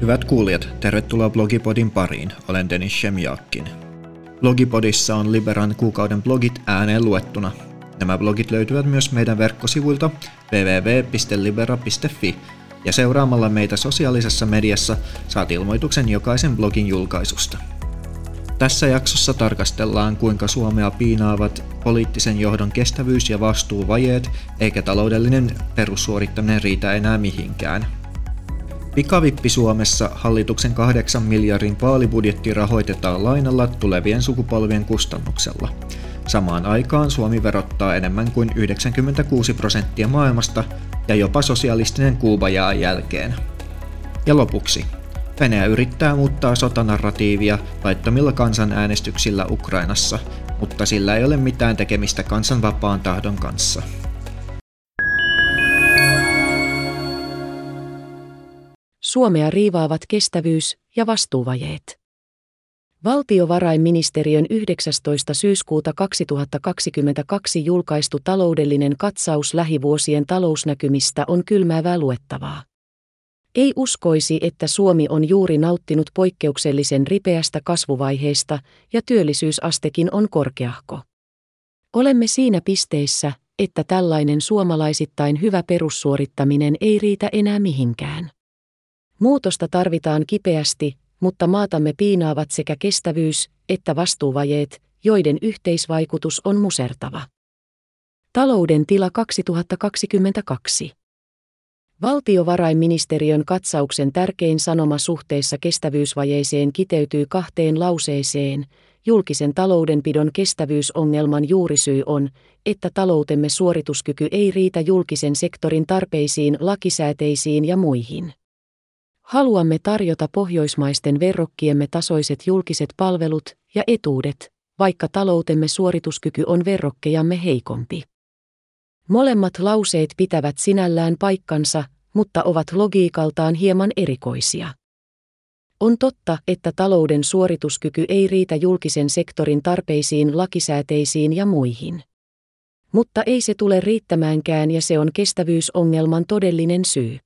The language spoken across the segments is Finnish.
Hyvät kuulijat, tervetuloa Blogipodin pariin. Olen Dennis Shemyakin. Blogipodissa on Liberan kuukauden blogit ääneen luettuna. Nämä blogit löytyvät myös meidän verkkosivuilta www.libera.fi ja seuraamalla meitä sosiaalisessa mediassa saat ilmoituksen jokaisen blogin julkaisusta. Tässä jaksossa tarkastellaan, kuinka Suomea piinaavat poliittisen johdon kestävyys- ja vastuuvajeet, eikä taloudellinen perussuorittaminen riitä enää mihinkään. Pikavippi Suomessa hallituksen 8 miljardin vaalibudjetti rahoitetaan lainalla tulevien sukupolvien kustannuksella. Samaan aikaan Suomi verottaa enemmän kuin 96% maailmasta ja jopa sosialistinen Kuuba jää jälkeen. Ja lopuksi. Venäjä yrittää muuttaa sotanarratiivia laittomilla kansanäänestyksillä Ukrainassa, mutta sillä ei ole mitään tekemistä kansan vapaan tahdon kanssa. Suomea riivaavat kestävyys- ja vastuuvajeet. Valtiovarainministeriön 19. syyskuuta 2022 julkaistu taloudellinen katsaus lähivuosien talousnäkymistä on kylmäävää luettavaa. Ei uskoisi, että Suomi on juuri nauttinut poikkeuksellisen ripeästä kasvuvaiheesta ja työllisyysastekin on korkeahko. Olemme siinä pisteessä, että tällainen suomalaisittain hyvä perussuorittaminen ei riitä enää mihinkään. Muutosta tarvitaan kipeästi, mutta maatamme piinaavat sekä kestävyys- että vastuuvajeet, joiden yhteisvaikutus on musertava. Talouden tila 2022. Valtiovarainministeriön katsauksen tärkein sanoma suhteessa kestävyysvajeeseen kiteytyy 2 lauseeseen. Julkisen taloudenpidon kestävyysongelman juurisyy on, että taloutemme suorituskyky ei riitä julkisen sektorin tarpeisiin, lakisääteisiin ja muihin. Haluamme tarjota pohjoismaisten verrokkiemme tasoiset julkiset palvelut ja etuudet, vaikka taloutemme suorituskyky on verrokkejamme heikompi. Molemmat lauseet pitävät sinällään paikkansa, mutta ovat logiikaltaan hieman erikoisia. On totta, että talouden suorituskyky ei riitä julkisen sektorin tarpeisiin, lakisääteisiin ja muihin. Mutta ei se tule riittämäänkään ja se on kestävyysongelman todellinen syy.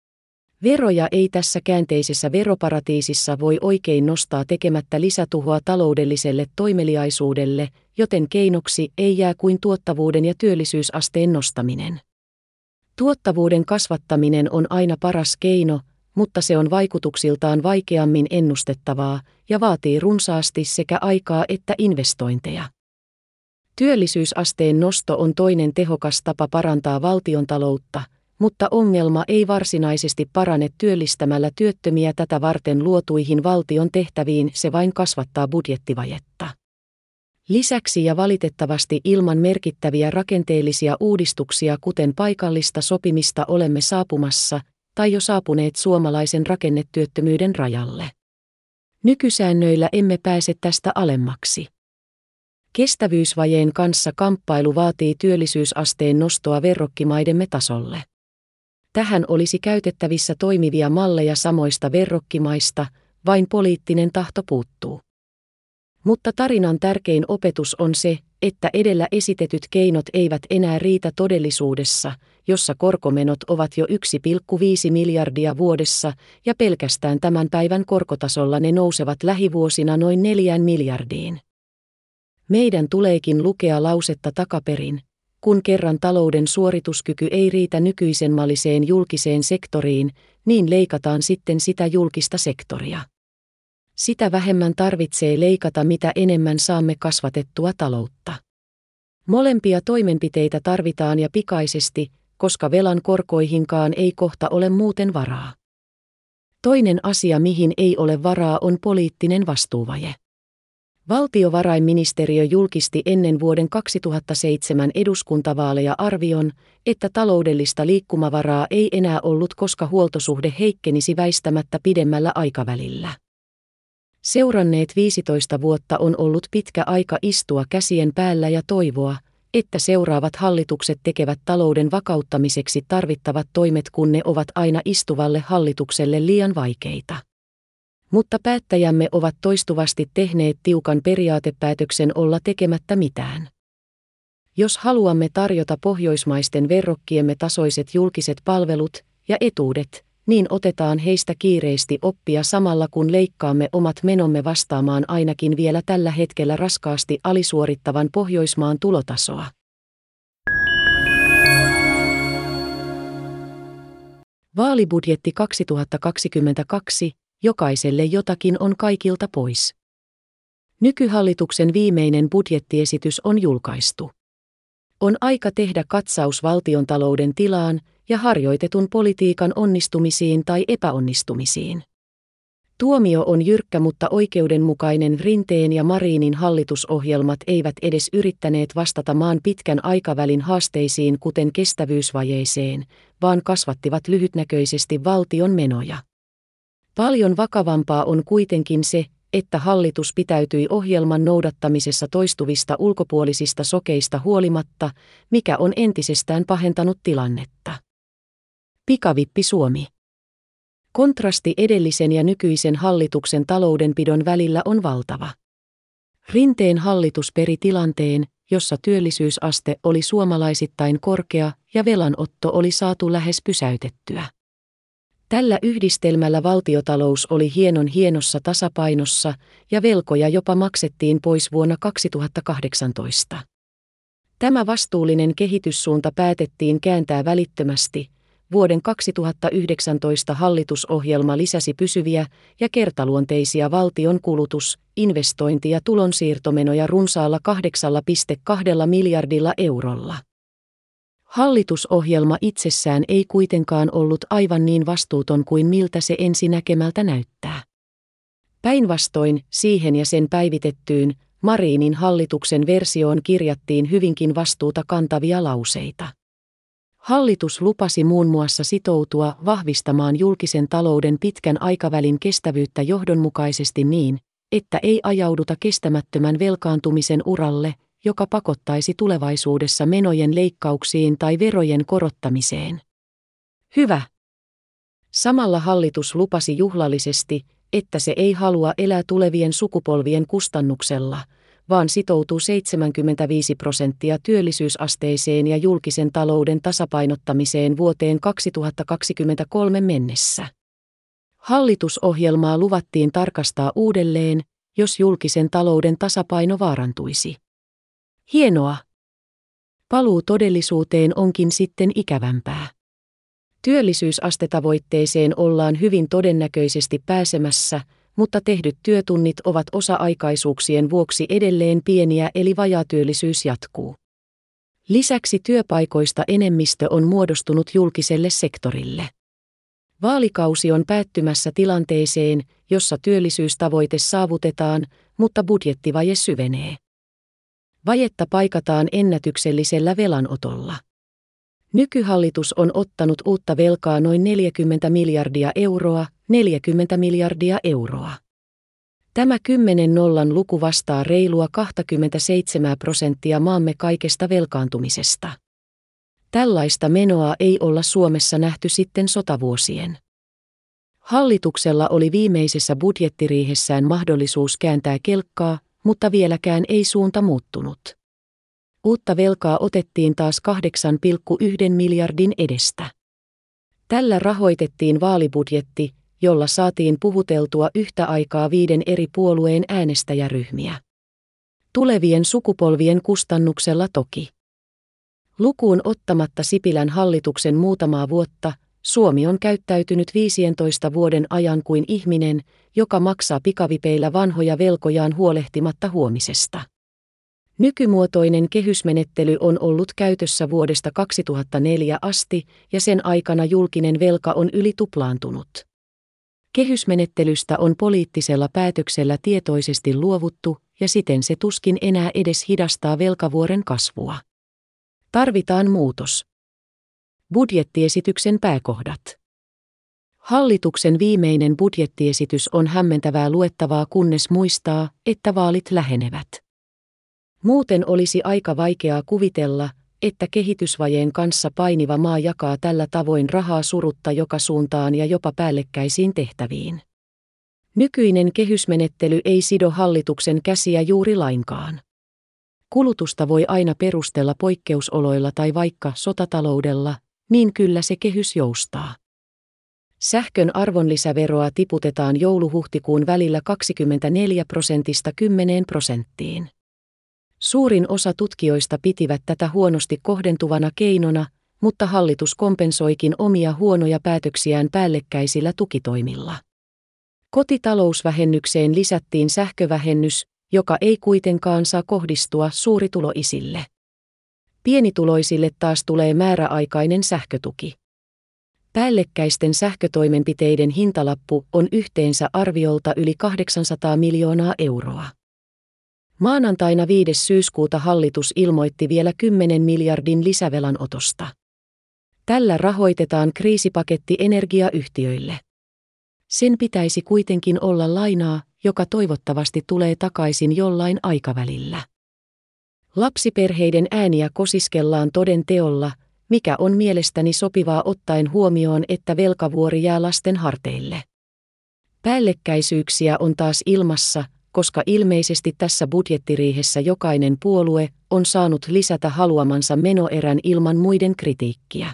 Veroja ei tässä käänteisessä veroparatiisissa voi oikein nostaa tekemättä lisätuhoa taloudelliselle toimeliaisuudelle, joten keinoksi ei jää kuin tuottavuuden ja työllisyysasteen nostaminen. Tuottavuuden kasvattaminen on aina paras keino, mutta se on vaikutuksiltaan vaikeammin ennustettavaa ja vaatii runsaasti sekä aikaa että investointeja. Työllisyysasteen nosto on toinen tehokas tapa parantaa valtiontaloutta, mutta ongelma ei varsinaisesti parane työllistämällä työttömiä tätä varten luotuihin valtion tehtäviin, se vain kasvattaa budjettivajetta. Lisäksi ja valitettavasti ilman merkittäviä rakenteellisia uudistuksia kuten paikallista sopimista olemme saapumassa, tai jo saapuneet suomalaisen rakennetyöttömyyden rajalle. Nykysäännöillä emme pääse tästä alemmaksi. Kestävyysvajeen kanssa kamppailu vaatii työllisyysasteen nostoa verrokkimaidemme tasolle. Tähän olisi käytettävissä toimivia malleja samoista verrokkimaista, vain poliittinen tahto puuttuu. Mutta tarinan tärkein opetus on se, että edellä esitetyt keinot eivät enää riitä todellisuudessa, jossa korkomenot ovat jo 1,5 miljardia vuodessa ja pelkästään tämän päivän korkotasolla ne nousevat lähivuosina noin 4 miljardiin. Meidän tuleekin lukea lausetta takaperin. Kun kerran talouden suorituskyky ei riitä nykyisenmalliseen julkiseen sektoriin, niin leikataan sitten sitä julkista sektoria. Sitä vähemmän tarvitsee leikata, mitä enemmän saamme kasvatettua taloutta. Molempia toimenpiteitä tarvitaan ja pikaisesti, koska velan korkoihinkaan ei kohta ole muuten varaa. Toinen asia, mihin ei ole varaa, on poliittinen vastuuvaje. Valtiovarainministeriö julkisti ennen vuoden 2007 eduskuntavaaleja arvion, että taloudellista liikkumavaraa ei enää ollut, koska huoltosuhde heikkenisi väistämättä pidemmällä aikavälillä. Seuranneet 15 vuotta on ollut pitkä aika istua käsien päällä ja toivoa, että seuraavat hallitukset tekevät talouden vakauttamiseksi tarvittavat toimet, kun ne ovat aina istuvalle hallitukselle liian vaikeita. Mutta päättäjämme ovat toistuvasti tehneet tiukan periaatepäätöksen olla tekemättä mitään. Jos haluamme tarjota pohjoismaisten verrokkiemme tasoiset julkiset palvelut ja etuudet, niin otetaan heistä kiireesti oppia samalla kun leikkaamme omat menomme vastaamaan ainakin vielä tällä hetkellä raskaasti alisuorittavan Pohjoismaan tulotasoa. Vaalibudjetti 2022, jokaiselle jotakin on kaikilta pois. Nykyhallituksen viimeinen budjettiesitys on julkaistu. On aika tehdä katsaus valtiontalouden tilaan ja harjoitetun politiikan onnistumisiin tai epäonnistumisiin. Tuomio on jyrkkä, mutta oikeudenmukainen. Rinteen ja Marinin hallitusohjelmat eivät edes yrittäneet vastata maan pitkän aikavälin haasteisiin, kuten kestävyysvajeeseen, vaan kasvattivat lyhytnäköisesti valtion menoja. Paljon vakavampaa on kuitenkin se, että hallitus pitäytyi ohjelman noudattamisessa toistuvista ulkopuolisista sokeista huolimatta, mikä on entisestään pahentanut tilannetta. Pikavippi Suomi. Kontrasti edellisen ja nykyisen hallituksen taloudenpidon välillä on valtava. Rinteen hallitus peri tilanteen, jossa työllisyysaste oli suomalaisittain korkea ja velanotto oli saatu lähes pysäytettyä. Tällä yhdistelmällä valtiotalous oli hienossa tasapainossa ja velkoja jopa maksettiin pois vuonna 2018. Tämä vastuullinen kehityssuunta päätettiin kääntää välittömästi. Vuoden 2019 hallitusohjelma lisäsi pysyviä ja kertaluonteisia valtion kulutus-, investointi- ja tulonsiirtomenoja runsaalla 8,2 miljardilla eurolla. Hallitusohjelma itsessään ei kuitenkaan ollut aivan niin vastuuton kuin miltä se ensinäkemältä näyttää. Päinvastoin siihen ja sen päivitettyyn Marinin hallituksen versioon kirjattiin hyvinkin vastuuta kantavia lauseita. Hallitus lupasi muun muassa sitoutua vahvistamaan julkisen talouden pitkän aikavälin kestävyyttä johdonmukaisesti niin, että ei ajauduta kestämättömän velkaantumisen uralle, joka pakottaisi tulevaisuudessa menojen leikkauksiin tai verojen korottamiseen. Hyvä. Samalla hallitus lupasi juhlallisesti, että se ei halua elää tulevien sukupolvien kustannuksella, vaan sitoutuu 75% työllisyysasteeseen ja julkisen talouden tasapainottamiseen vuoteen 2023 mennessä. Hallitusohjelmaa luvattiin tarkastaa uudelleen, jos julkisen talouden tasapaino vaarantuisi. Hienoa! Paluu todellisuuteen onkin sitten ikävämpää. Työllisyysastetavoitteeseen ollaan hyvin todennäköisesti pääsemässä, mutta tehdyt työtunnit ovat osa-aikaisuuksien vuoksi edelleen pieniä eli vajaatyöllisyys jatkuu. Lisäksi työpaikoista enemmistö on muodostunut julkiselle sektorille. Vaalikausi on päättymässä tilanteeseen, jossa työllisyystavoite saavutetaan, mutta budjettivaje syvenee. Vajetta paikataan ennätyksellisellä velanotolla. Nykyhallitus on ottanut uutta velkaa noin 40 miljardia euroa. Tämä 10 nollan luku vastaa reilua 27% maamme kaikesta velkaantumisesta. Tällaista menoa ei olla Suomessa nähty sitten sotavuosien. Hallituksella oli viimeisessä budjettiriihessään mahdollisuus kääntää kelkkaa, mutta vieläkään ei suunta muuttunut. Uutta velkaa otettiin taas 8,1 miljardin edestä. Tällä rahoitettiin vaalibudjetti, jolla saatiin puhuteltua yhtä aikaa 5 eri puolueen äänestäjäryhmiä. Tulevien sukupolvien kustannuksella toki. Lukuun ottamatta Sipilän hallituksen muutamaa vuotta, Suomi on käyttäytynyt 15 vuoden ajan kuin ihminen, joka maksaa pikavipeillä vanhoja velkojaan huolehtimatta huomisesta. Nykymuotoinen kehysmenettely on ollut käytössä vuodesta 2004 asti ja sen aikana julkinen velka on yli tuplaantunut. Kehysmenettelystä on poliittisella päätöksellä tietoisesti luovuttu ja siten se tuskin enää edes hidastaa velkavuoren kasvua. Tarvitaan muutos. Budjettiesityksen pääkohdat. Hallituksen viimeinen budjettiesitys on hämmentävää luettavaa, kunnes muistaa, että vaalit lähenevät. Muuten olisi aika vaikeaa kuvitella, että kehitysvajeen kanssa painiva maa jakaa tällä tavoin rahaa surutta joka suuntaan ja jopa päällekkäisiin tehtäviin. Nykyinen kehysmenettely ei sido hallituksen käsiä juuri lainkaan. Kulutusta voi aina perustella poikkeusoloilla tai vaikka sotataloudella, niin kyllä se kehys joustaa. Sähkön arvonlisäveroa tiputetaan joulu-huhtikuun välillä 24%:sta 10%:iin. Suurin osa tutkijoista pitivät tätä huonosti kohdentuvana keinona, mutta hallitus kompensoikin omia huonoja päätöksiään päällekkäisillä tukitoimilla. Kotitalousvähennykseen lisättiin sähkövähennys, joka ei kuitenkaan saa kohdistua suurituloisille. Pienituloisille taas tulee määräaikainen sähkötuki. Päällekkäisten sähkötoimenpiteiden hintalappu on yhteensä arviolta yli 800 miljoonaa euroa. Maanantaina 5. syyskuuta hallitus ilmoitti vielä 10 miljardin lisävelanotosta. Tällä rahoitetaan kriisipaketti energiayhtiöille. Sen pitäisi kuitenkin olla lainaa, joka toivottavasti tulee takaisin jollain aikavälillä. Lapsiperheiden ääniä kosiskellaan toden teolla, mikä on mielestäni sopivaa ottaen huomioon, että velkavuori jää lasten harteille. Päällekkäisyyksiä on taas ilmassa, koska ilmeisesti tässä budjettiriihessä jokainen puolue on saanut lisätä haluamansa menoerän ilman muiden kritiikkiä.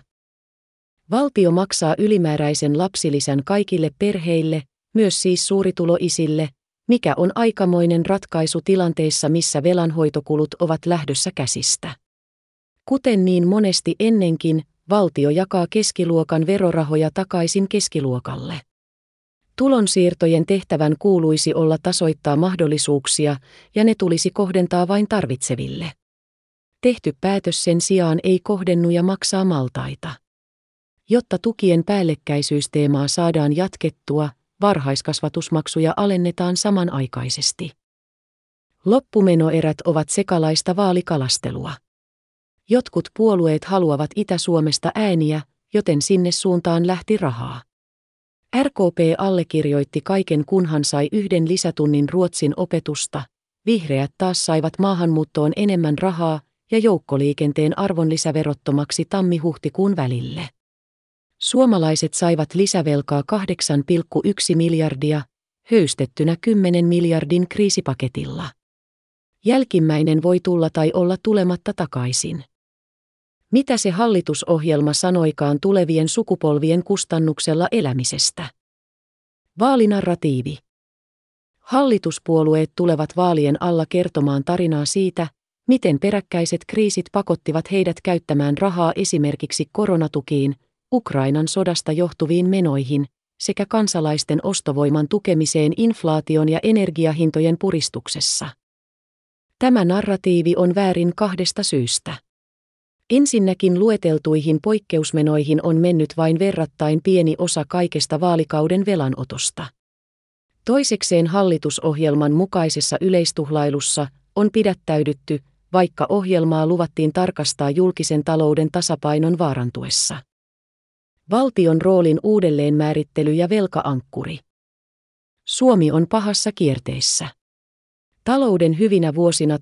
Valtio maksaa ylimääräisen lapsilisän kaikille perheille, myös siis suurituloisille, mikä on aikamoinen ratkaisu tilanteessa, missä velanhoitokulut ovat lähdössä käsistä. Kuten niin monesti ennenkin, valtio jakaa keskiluokan verorahoja takaisin keskiluokalle. Tulonsiirtojen tehtävän kuuluisi olla tasoittaa mahdollisuuksia, ja ne tulisi kohdentaa vain tarvitseville. Tehty päätös sen sijaan ei kohdennu ja maksaa maltaita. Jotta tukien päällekkäisyysteemaa saadaan jatkettua, varhaiskasvatusmaksuja alennetaan samanaikaisesti. Loppumenoerät ovat sekalaista vaalikalastelua. Jotkut puolueet haluavat Itä-Suomesta ääniä, joten sinne suuntaan lähti rahaa. RKP allekirjoitti kaiken kunhan sai 1 lisätunnin ruotsin opetusta, vihreät taas saivat maahanmuuttoon enemmän rahaa ja joukkoliikenteen arvonlisäverottomaksi tammi-huhtikuun välille. Suomalaiset saivat lisävelkaa 8,1 miljardia, höystettynä 10 miljardin kriisipaketilla. Jälkimmäinen voi tulla tai olla tulematta takaisin. Mitä se hallitusohjelma sanoikaan tulevien sukupolvien kustannuksella elämisestä? Vaalinarratiivi. Hallituspuolueet tulevat vaalien alla kertomaan tarinaa siitä, miten peräkkäiset kriisit pakottivat heidät käyttämään rahaa esimerkiksi koronatukiin, Ukrainan sodasta johtuviin menoihin sekä kansalaisten ostovoiman tukemiseen inflaation ja energiahintojen puristuksessa. Tämä narratiivi on väärin 2 syystä. Ensinnäkin lueteltuihin poikkeusmenoihin on mennyt vain verrattain pieni osa kaikesta vaalikauden velanotosta. Toisekseen hallitusohjelman mukaisessa yleistuhlailussa on pidättäydytty, vaikka ohjelmaa luvattiin tarkastaa julkisen talouden tasapainon vaarantuessa. Valtion roolin uudelleenmäärittely ja velka-ankkuri. Suomi on pahassa kierteessä. Talouden hyvinä vuosina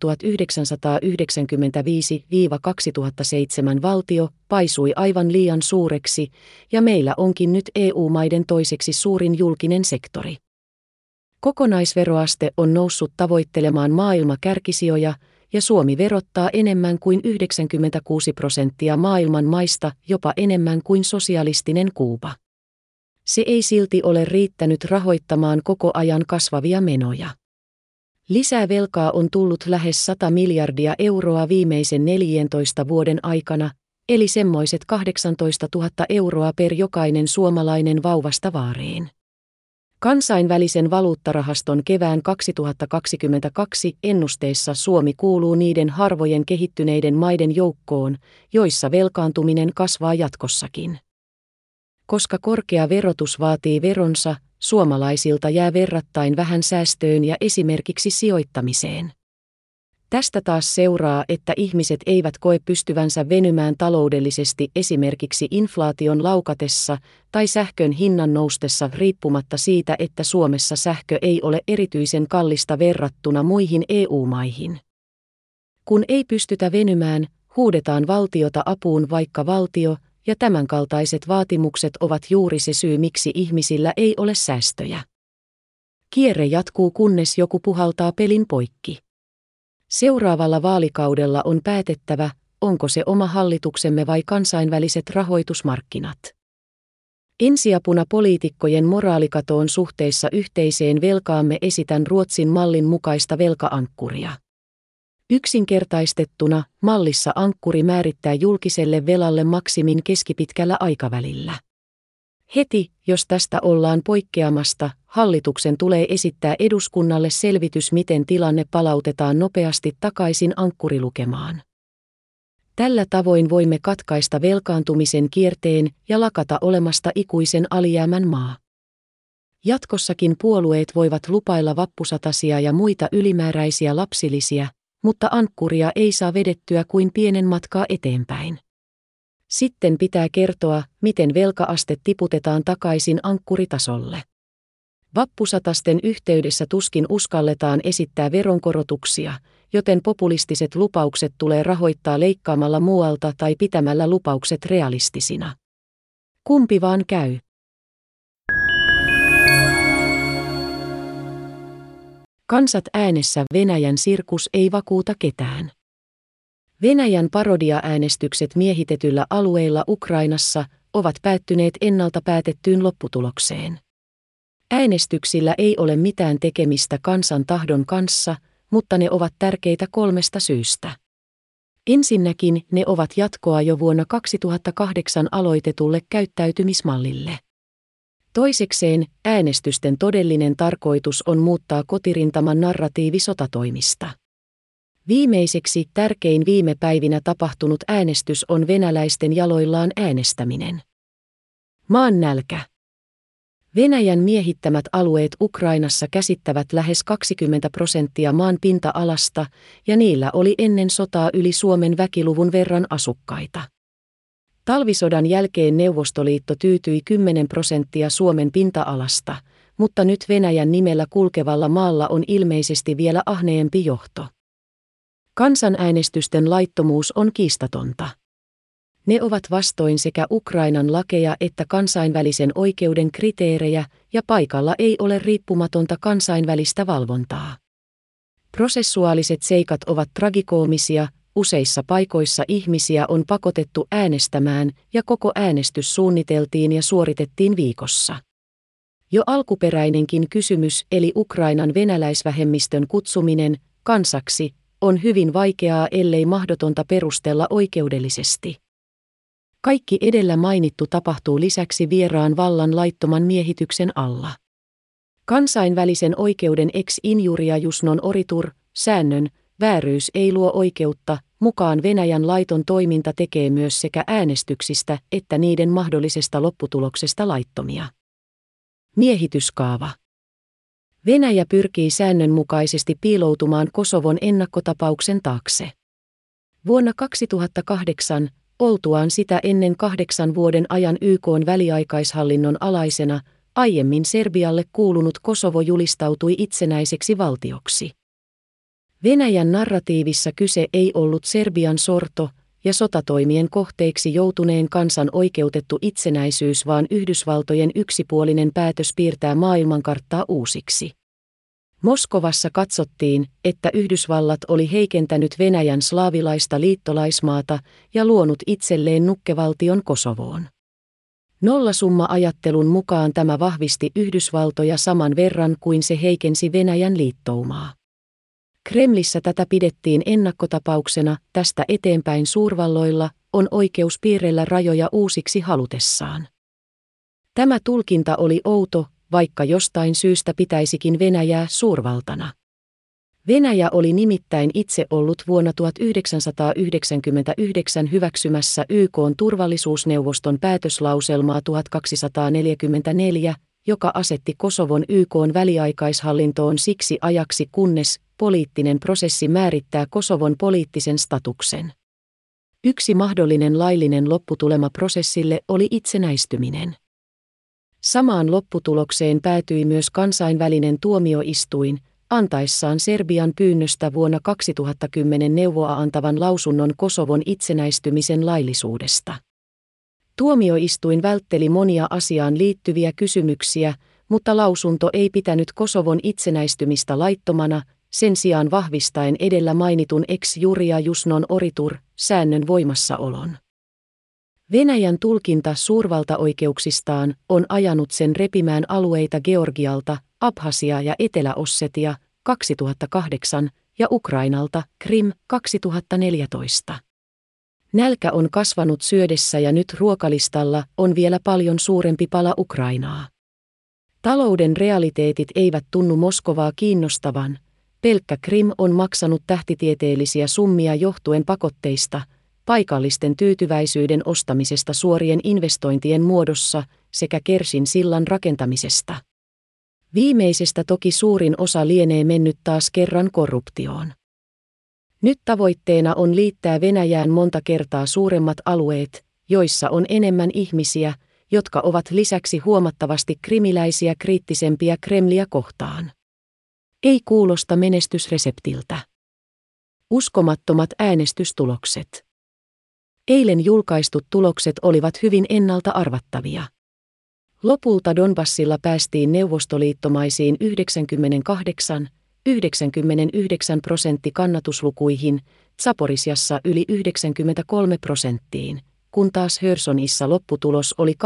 1995–2007 valtio paisui aivan liian suureksi ja meillä onkin nyt EU-maiden toiseksi suurin julkinen sektori. Kokonaisveroaste on noussut tavoittelemaan maailmakärkisijoja ja Suomi verottaa enemmän kuin 96% maailman maista, jopa enemmän kuin sosialistinen Kuuba. Se ei silti ole riittänyt rahoittamaan koko ajan kasvavia menoja. Lisää velkaa on tullut lähes 100 miljardia euroa viimeisen 14 vuoden aikana, eli semmoiset 18 000 euroa per jokainen suomalainen vauvasta vaariin. Kansainvälisen valuuttarahaston kevään 2022 ennusteessa Suomi kuuluu niiden harvojen kehittyneiden maiden joukkoon, joissa velkaantuminen kasvaa jatkossakin. Koska korkea verotus vaatii veronsa, suomalaisilta jää verrattain vähän säästöön ja esimerkiksi sijoittamiseen. Tästä taas seuraa, että ihmiset eivät koe pystyvänsä venymään taloudellisesti esimerkiksi inflaation laukatessa tai sähkön hinnan noustessa riippumatta siitä, että Suomessa sähkö ei ole erityisen kallista verrattuna muihin EU-maihin. Kun ei pystytä venymään, huudetaan valtiota apuun, vaikka valtio ja tämänkaltaiset vaatimukset ovat juuri se syy, miksi ihmisillä ei ole säästöjä. Kierre jatkuu, kunnes joku puhaltaa pelin poikki. Seuraavalla vaalikaudella on päätettävä, onko se oma hallituksemme vai kansainväliset rahoitusmarkkinat. Ensiapuna poliitikkojen moraalikatoon suhteessa yhteiseen velkaamme esitän Ruotsin mallin mukaista velka-ankkuria. Yksinkertaistettuna mallissa ankkuri määrittää julkiselle velalle maksimin keskipitkällä aikavälillä. Heti, jos tästä ollaan poikkeamasta, hallituksen tulee esittää eduskunnalle selvitys, miten tilanne palautetaan nopeasti takaisin ankkurilukemaan. Tällä tavoin voimme katkaista velkaantumisen kierteen ja lakata olemasta ikuisen alijäämän maa. Jatkossakin puolueet voivat lupailla vappusatasia ja muita ylimääräisiä lapsilisiä, mutta ankkuria ei saa vedettyä kuin pienen matkaa eteenpäin. Sitten pitää kertoa, miten velka-aste tiputetaan takaisin ankkuritasolle. Vappusatasten yhteydessä tuskin uskalletaan esittää veronkorotuksia, joten populistiset lupaukset tulee rahoittaa leikkaamalla muualta tai pitämällä lupaukset realistisina. Kumpi vaan käy. Kansat äänessä, Venäjän sirkus ei vakuuta ketään. Venäjän parodiaäänestykset miehitetyillä alueilla Ukrainassa ovat päättyneet ennalta päätettyyn lopputulokseen. Äänestyksillä ei ole mitään tekemistä kansan tahdon kanssa, mutta ne ovat tärkeitä 3 syystä. Ensinnäkin ne ovat jatkoa jo vuonna 2008 aloitetulle käyttäytymismallille. Toisekseen äänestysten todellinen tarkoitus on muuttaa kotirintaman narratiivi sotatoimista. Viimeiseksi tärkein viime päivinä tapahtunut äänestys on venäläisten jaloillaan äänestäminen. Maan nälkä. Venäjän miehittämät alueet Ukrainassa käsittävät lähes 20% maan pinta-alasta, ja niillä oli ennen sotaa yli Suomen väkiluvun verran asukkaita. Talvisodan jälkeen Neuvostoliitto tyytyi 10% Suomen pinta-alasta, mutta nyt Venäjän nimellä kulkevalla maalla on ilmeisesti vielä ahneempi johto. Kansanäänestysten laittomuus on kiistatonta. Ne ovat vastoin sekä Ukrainan lakeja että kansainvälisen oikeuden kriteerejä, ja paikalla ei ole riippumatonta kansainvälistä valvontaa. Prosessuaaliset seikat ovat tragikoomisia, useissa paikoissa ihmisiä on pakotettu äänestämään ja koko äänestys suunniteltiin ja suoritettiin viikossa. Jo alkuperäinenkin kysymys eli Ukrainan venäläisvähemmistön kutsuminen kansaksi on hyvin vaikeaa ellei mahdotonta perustella oikeudellisesti. Kaikki edellä mainittu tapahtuu lisäksi vieraan vallan laittoman miehityksen alla. Kansainvälisen oikeuden ex injuria jus non oritur -säännön vääryys ei luo oikeutta, mukaan Venäjän laiton toiminta tekee myös sekä äänestyksistä että niiden mahdollisesta lopputuloksesta laittomia. Miehityskaava. Venäjä pyrkii säännönmukaisesti piiloutumaan Kosovon ennakkotapauksen taakse. Vuonna 2008, oltuaan sitä ennen 8 vuoden ajan YK:n väliaikaishallinnon alaisena, aiemmin Serbialle kuulunut Kosovo julistautui itsenäiseksi valtioksi. Venäjän narratiivissa kyse ei ollut Serbian sorto ja sotatoimien kohteeksi joutuneen kansan oikeutettu itsenäisyys, vaan Yhdysvaltojen yksipuolinen päätös piirtää maailmankarttaa uusiksi. Moskovassa katsottiin, että Yhdysvallat oli heikentänyt Venäjän slaavilaista liittolaismaata ja luonut itselleen nukkevaltion Kosovoon. Nollasumma-ajattelun mukaan tämä vahvisti Yhdysvaltoja saman verran kuin se heikensi Venäjän liittoumaa. Kremlissä tätä pidettiin ennakkotapauksena, tästä eteenpäin suurvalloilla on oikeus piirrellä rajoja uusiksi halutessaan. Tämä tulkinta oli outo, vaikka jostain syystä pitäisikin Venäjää suurvaltana. Venäjä oli nimittäin itse ollut vuonna 1999 hyväksymässä YK:n turvallisuusneuvoston päätöslauselmaa 1244, joka asetti Kosovon YK:n väliaikaishallintoon siksi ajaksi, kunnes poliittinen prosessi määrittää Kosovon poliittisen statuksen. Yksi mahdollinen laillinen lopputulema prosessille oli itsenäistyminen. Samaan lopputulokseen päätyi myös kansainvälinen tuomioistuin, antaessaan Serbian pyynnöstä vuonna 2010 neuvoa antavan lausunnon Kosovon itsenäistymisen laillisuudesta. Tuomioistuin vältteli monia asiaan liittyviä kysymyksiä, mutta lausunto ei pitänyt Kosovon itsenäistymistä laittomana, sen sijaan vahvistaen edellä mainitun ex juria jus non oritur -säännön voimassaolon. Venäjän tulkinta suurvaltaoikeuksistaan on ajanut sen repimään alueita Georgialta, Abhasia ja Etelä-Ossetia 2008 ja Ukrainalta Krim 2014. Nälkä on kasvanut syödessä ja nyt ruokalistalla on vielä paljon suurempi pala Ukrainaa. Talouden realiteetit eivät tunnu Moskovaa kiinnostavan. Pelkkä Krim on maksanut tähtitieteellisiä summia johtuen pakotteista, paikallisten tyytyväisyyden ostamisesta suorien investointien muodossa sekä Kersin sillan rakentamisesta. Viimeisestä toki suurin osa lienee mennyt taas kerran korruptioon. Nyt tavoitteena on liittää Venäjään monta kertaa suuremmat alueet, joissa on enemmän ihmisiä, jotka ovat lisäksi huomattavasti krimiläisiä kriittisempiä Kremliä kohtaan. Ei kuulosta menestysreseptiltä. Uskomattomat äänestystulokset. Eilen julkaistut tulokset olivat hyvin ennalta arvattavia. Lopulta Donbassilla päästiin neuvostoliittomaisiin 98–99% kannatuslukuihin, Zaporizjassa yli 93%, kun taas Hersonissa lopputulos oli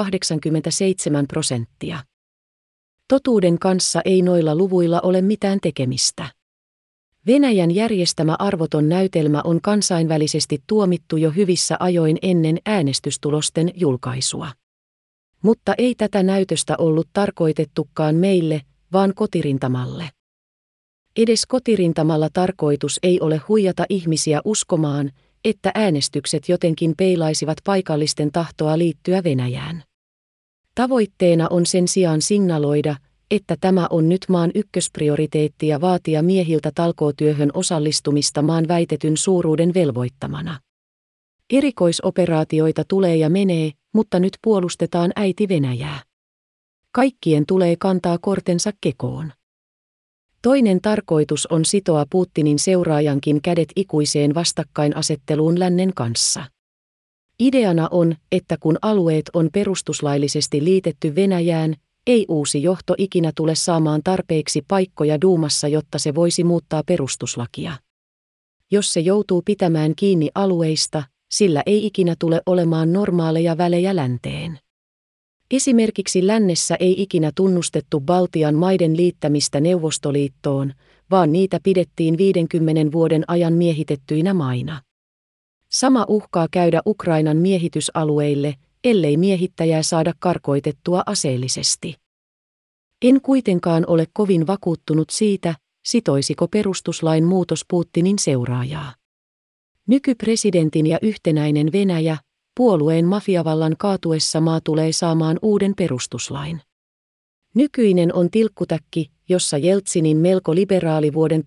87%. Totuuden kanssa ei noilla luvuilla ole mitään tekemistä. Venäjän järjestämä arvoton näytelmä on kansainvälisesti tuomittu jo hyvissä ajoin ennen äänestystulosten julkaisua. Mutta ei tätä näytöstä ollut tarkoitettukaan meille, vaan kotirintamalle. Edes kotirintamalla tarkoitus ei ole huijata ihmisiä uskomaan, että äänestykset jotenkin peilaisivat paikallisten tahtoa liittyä Venäjään. Tavoitteena on sen sijaan signaloida, että tämä on nyt maan ykkösprioriteetti ja vaatia miehiltä talkootyöhön osallistumista maan väitetyn suuruuden velvoittamana. Erikoisoperaatioita tulee ja menee, mutta nyt puolustetaan äiti Venäjää. Kaikkien tulee kantaa kortensa kekoon. Toinen tarkoitus on sitoa Putinin seuraajankin kädet ikuiseen vastakkainasetteluun lännen kanssa. Ideana on, että kun alueet on perustuslaillisesti liitetty Venäjään, ei uusi johto ikinä tule saamaan tarpeeksi paikkoja duumassa, jotta se voisi muuttaa perustuslakia. Jos se joutuu pitämään kiinni alueista, sillä ei ikinä tule olemaan normaaleja välejä länteen. Esimerkiksi lännessä ei ikinä tunnustettu Baltian maiden liittämistä Neuvostoliittoon, vaan niitä pidettiin 50 vuoden ajan miehitettyinä maina. Sama uhkaa käydä Ukrainan miehitysalueille, ellei miehittäjää saada karkoitettua aseellisesti. En kuitenkaan ole kovin vakuuttunut siitä, sitoisiko perustuslain muutos Putinin seuraajaa. Nykypresidentin ja yhtenäinen Venäjä, puolueen mafiavallan kaatuessa maa tulee saamaan uuden perustuslain. Nykyinen on tilkkutäkki, jossa Jeltsinin melko liberaali vuoden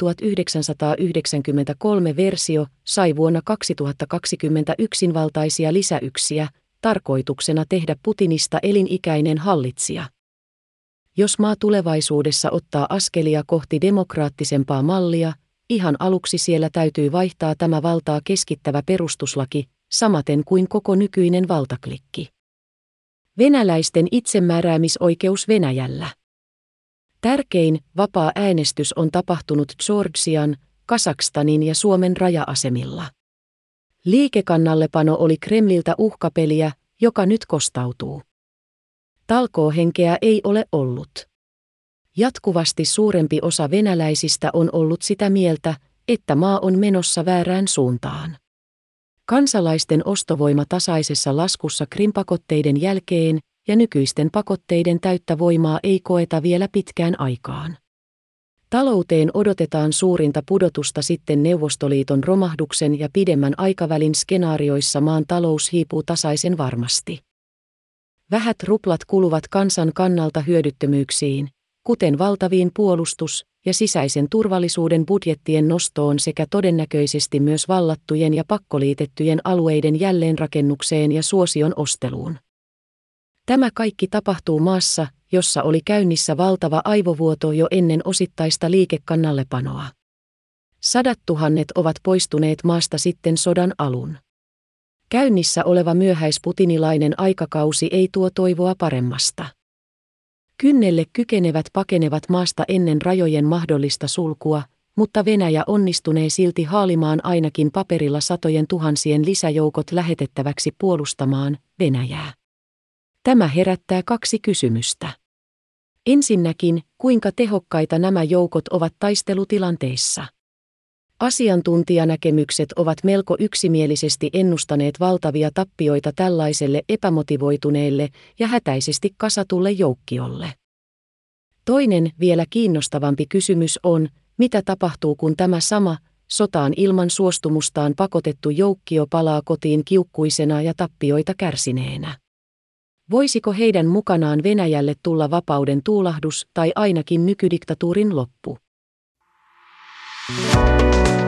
1993 versio sai vuonna 2021 valtaisia lisäyksiä, tarkoituksena tehdä Putinista elinikäinen hallitsija. Jos maa tulevaisuudessa ottaa askelia kohti demokraattisempaa mallia, ihan aluksi siellä täytyy vaihtaa tämä valtaa keskittävä perustuslaki, samaten kuin koko nykyinen valtaklikki. Venäläisten itsemääräämisoikeus Venäjällä. Tärkein vapaa äänestys on tapahtunut Georgian, Kazakstanin ja Suomen raja-asemilla. Liikekannallepano oli Kremliltä uhkapeliä, joka nyt kostautuu. Talkoohenkeä ei ole ollut. Jatkuvasti suurempi osa venäläisistä on ollut sitä mieltä, että maa on menossa väärään suuntaan. Kansalaisten ostovoima tasaisessa laskussa Krim-pakotteiden jälkeen ja nykyisten pakotteiden täyttä voimaa ei koeta vielä pitkään aikaan. Talouteen odotetaan suurinta pudotusta sitten Neuvostoliiton romahduksen ja pidemmän aikavälin skenaarioissa maan talous hiipuu tasaisen varmasti. Vähät ruplat kuluvat kansan kannalta hyödyttömyyksiin, kuten valtaviin puolustus- ja sisäisen turvallisuuden budjettien nostoon sekä todennäköisesti myös vallattujen ja pakkoliitettyjen alueiden jälleenrakennukseen ja suosion osteluun. Tämä kaikki tapahtuu maassa, jossa oli käynnissä valtava aivovuoto jo ennen osittaista liikekannallepanoa. 100 000 ovat poistuneet maasta sitten sodan alun. Käynnissä oleva myöhäisputinilainen aikakausi ei tuo toivoa paremmasta. Kynnelle kykenevät pakenevat maasta ennen rajojen mahdollista sulkua, mutta Venäjä onnistunee silti haalimaan ainakin paperilla satojen tuhansien lisäjoukot lähetettäväksi puolustamaan Venäjää. Tämä herättää 2 kysymystä. Ensinnäkin, kuinka tehokkaita nämä joukot ovat taistelutilanteissa? Asiantuntijanäkemykset ovat melko yksimielisesti ennustaneet valtavia tappioita tällaiselle epämotivoituneelle ja hätäisesti kasatulle joukkiolle. Toinen, vielä kiinnostavampi kysymys on, mitä tapahtuu, kun tämä sama, sotaan ilman suostumustaan pakotettu joukkio palaa kotiin kiukkuisena ja tappioita kärsineenä. Voisiko heidän mukanaan Venäjälle tulla vapauden tuulahdus tai ainakin nykydiktatuurin loppu?